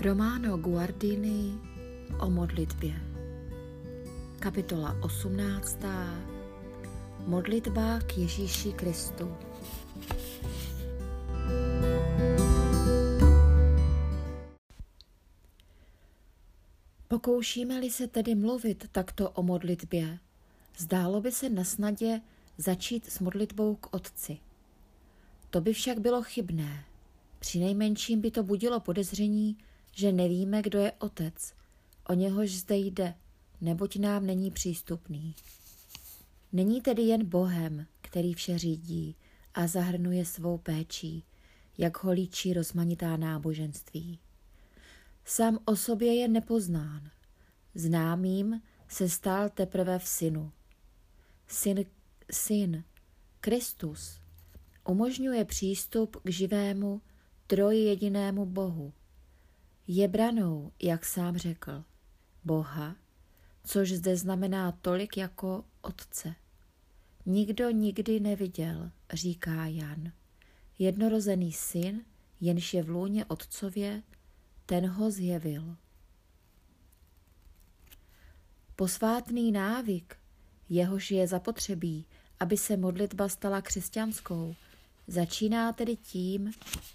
Romano Guardini o modlitbě. Kapitola 18. Modlitba k Ježíši Kristu. Pokoušíme-li se tedy mluvit takto o modlitbě, zdálo by se nasnadě začít s modlitbou k Otci. To by však bylo chybné. Přinejmenším by to budilo podezření, že nevíme, kdo je Otec, o něhož zde jde, neboť nám není přístupný. Není tedy jen Bohem, který vše řídí a zahrnuje svou péčí, jak ho líčí rozmanitá náboženství. Sám o sobě je nepoznán. Známým se stal teprve v Synu. Syn, Kristus, umožňuje přístup k živému, trojjedinému Bohu. Je branou, jak sám řekl, Boha, což zde znamená tolik jako Otce. Nikdo nikdy neviděl, říká Jan. Jednorozený Syn, jenž je v lůně Otcově, ten ho zjevil. Posvátný návyk, jehož je zapotřebí, aby se modlitba stala křesťanskou, začíná tedy tím,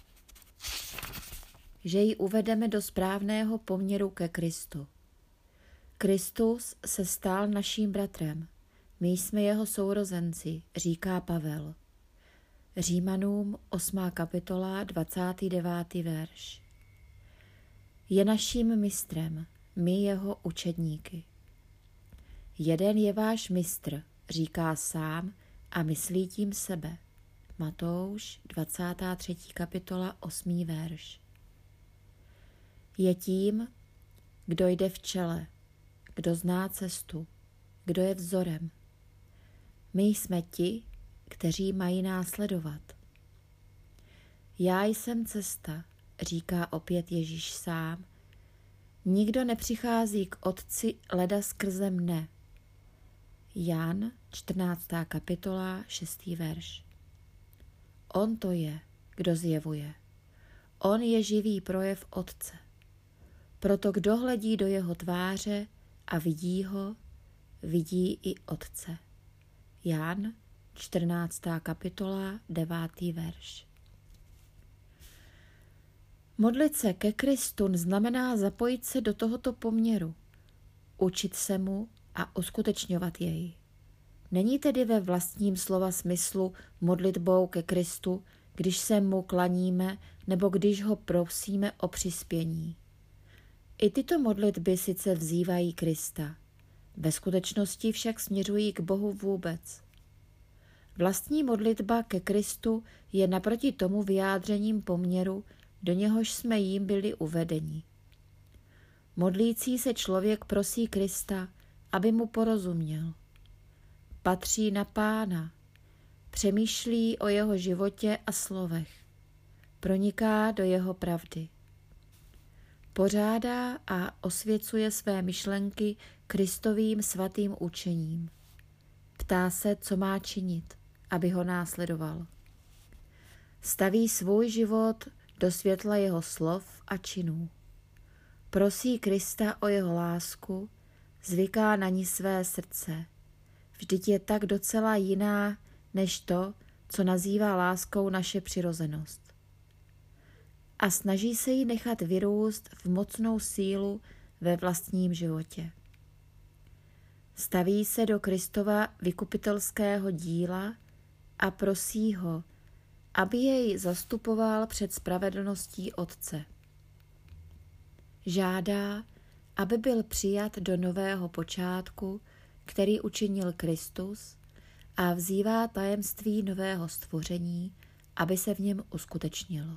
že ji uvedeme do správného poměru ke Kristu. Kristus se stal naším bratrem, my jsme jeho sourozenci, říká Pavel. Římanům 8. kapitola 29. verš. Je naším mistrem, my jeho učedníky. Jeden je váš mistr, říká sám a myslí tím sebe. Matouš 23. kapitola 8. verš. Je tím, kdo jde v čele, kdo zná cestu, kdo je vzorem. My jsme ti, kteří mají následovat. Já jsem cesta, říká opět Ježíš sám. Nikdo nepřichází k Otci leda skrze mne. Jan 14. kapitola 6. verš. On to je, kdo zjevuje. On je živý projev Otce. Proto kdo hledí do jeho tváře a vidí ho, vidí i Otce. Jan 14. kapitola 9. verš. Modlit se ke Kristu znamená zapojit se do tohoto poměru, učit se mu a uskutečňovat jej. Není tedy ve vlastním slova smyslu modlitbou ke Kristu, když se mu klaníme nebo když ho prosíme o přispění. I tyto modlitby sice vzývají Krista, ve skutečnosti však směřují k Bohu vůbec. Vlastní modlitba ke Kristu je naproti tomu vyjádřením poměru, do něhož jsme jím byli uvedeni. Modlící se člověk prosí Krista, aby mu porozuměl. Patří na Pána, přemýšlí o jeho životě a slovech, proniká do jeho pravdy. Pořádá a osvěcuje své myšlenky Kristovým svatým učením. Ptá se, co má činit, aby ho následoval. Staví svůj život do světla jeho slov a činů. Prosí Krista o jeho lásku, zvyká na ní své srdce. Vždyť je tak docela jiná, než to, co nazývá láskou naše přirozenost. A snaží se jí nechat vyrůst v mocnou sílu ve vlastním životě. Staví se do Kristova vykupitelského díla a prosí ho, aby jej zastupoval před spravedlností Otce. Žádá, aby byl přijat do nového počátku, který učinil Kristus, a vzývá tajemství nového stvoření, aby se v něm uskutečnilo.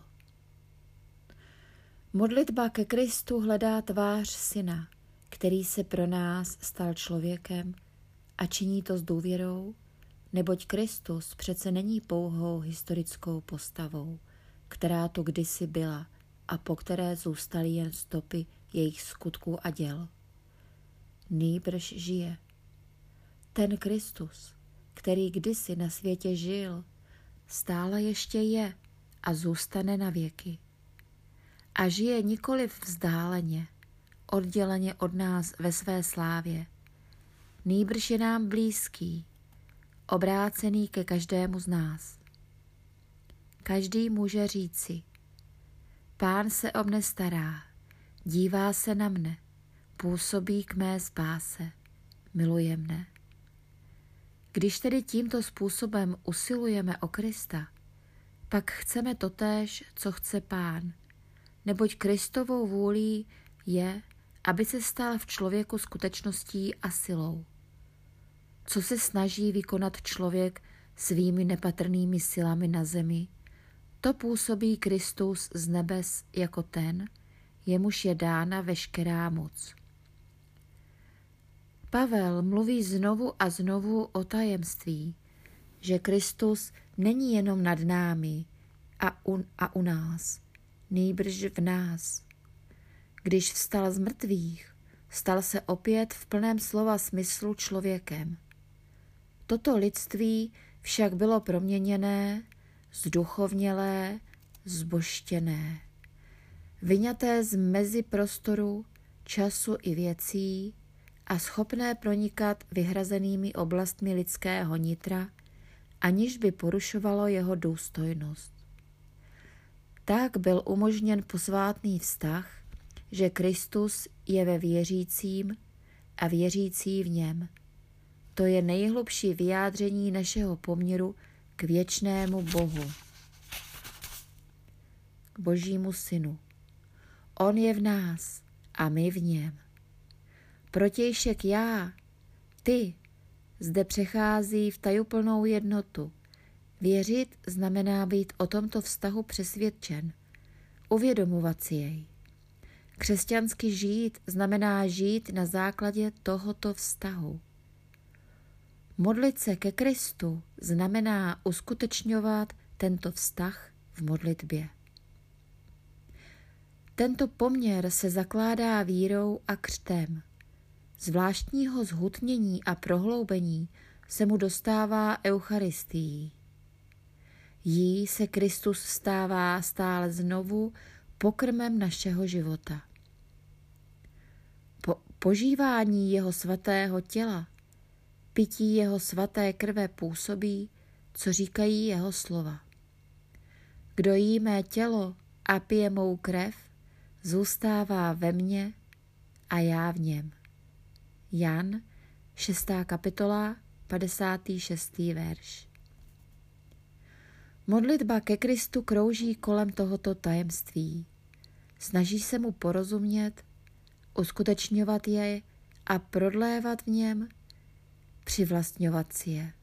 Modlitba ke Kristu hledá tvář Syna, který se pro nás stal člověkem a činí to s důvěrou, neboť Kristus přece není pouhou historickou postavou, která to kdysi byla a po které zůstaly jen stopy jejich skutků a děl. Nýbrž žije. Ten Kristus, který kdysi na světě žil, stále ještě je a zůstane na věky. a žije nikoliv vzdáleně, odděleně od nás ve své slávě, nýbrž je nám blízký, obrácený ke každému z nás. Každý může říci: Pán se o mne stará, dívá se na mne, působí k mé spáse, miluje mne. Když tedy tímto způsobem usilujeme o Krista, pak chceme totéž, co chce Pán, neboť Kristovou vůlí je, aby se stal v člověku skutečností a silou. Co se snaží vykonat člověk svými nepatrnými silami na zemi, to působí Kristus z nebes jako ten, jemuž je dána veškerá moc. Pavel mluví znovu a znovu o tajemství, že Kristus není jenom nad námi a u nás, nýbrž v nás. Když vstal z mrtvých, stal se opět v plném slova smyslu člověkem. Toto lidství však bylo proměněné, zduchovnělé, zbožštěné, vyňaté z mezi prostoru, času i věcí a schopné pronikat vyhrazenými oblastmi lidského nitra, aniž by porušovalo jeho důstojnost. Tak byl umožněn posvátný vztah, že Kristus je ve věřícím a věřící v něm. To je nejhlubší vyjádření našeho poměru k věčnému Bohu, k Božímu Synu. On je v nás a my v něm. Protějšek já, ty, zde přechází v tajuplnou jednotu. Věřit znamená být o tomto vztahu přesvědčen, uvědomovat si jej. Křesťansky žít znamená žít na základě tohoto vztahu. Modlit se ke Kristu znamená uskutečňovat tento vztah v modlitbě. Tento poměr se zakládá vírou a křtem. Zvláštního zhutnění a prohloubení se mu dostává eucharistií. Jí se Kristus stává stále znovu pokrmem našeho života. Požívání jeho svatého těla, pití jeho svaté krve působí, co říkají jeho slova. Kdo jí mé tělo a pije mou krev, zůstává ve mně a já v něm. Jan, 6. kapitola, 56. verš. Modlitba ke Kristu krouží kolem tohoto tajemství. Snaží se mu porozumět, uskutečňovat jej a prodlévat v něm, přivlastňovat si je.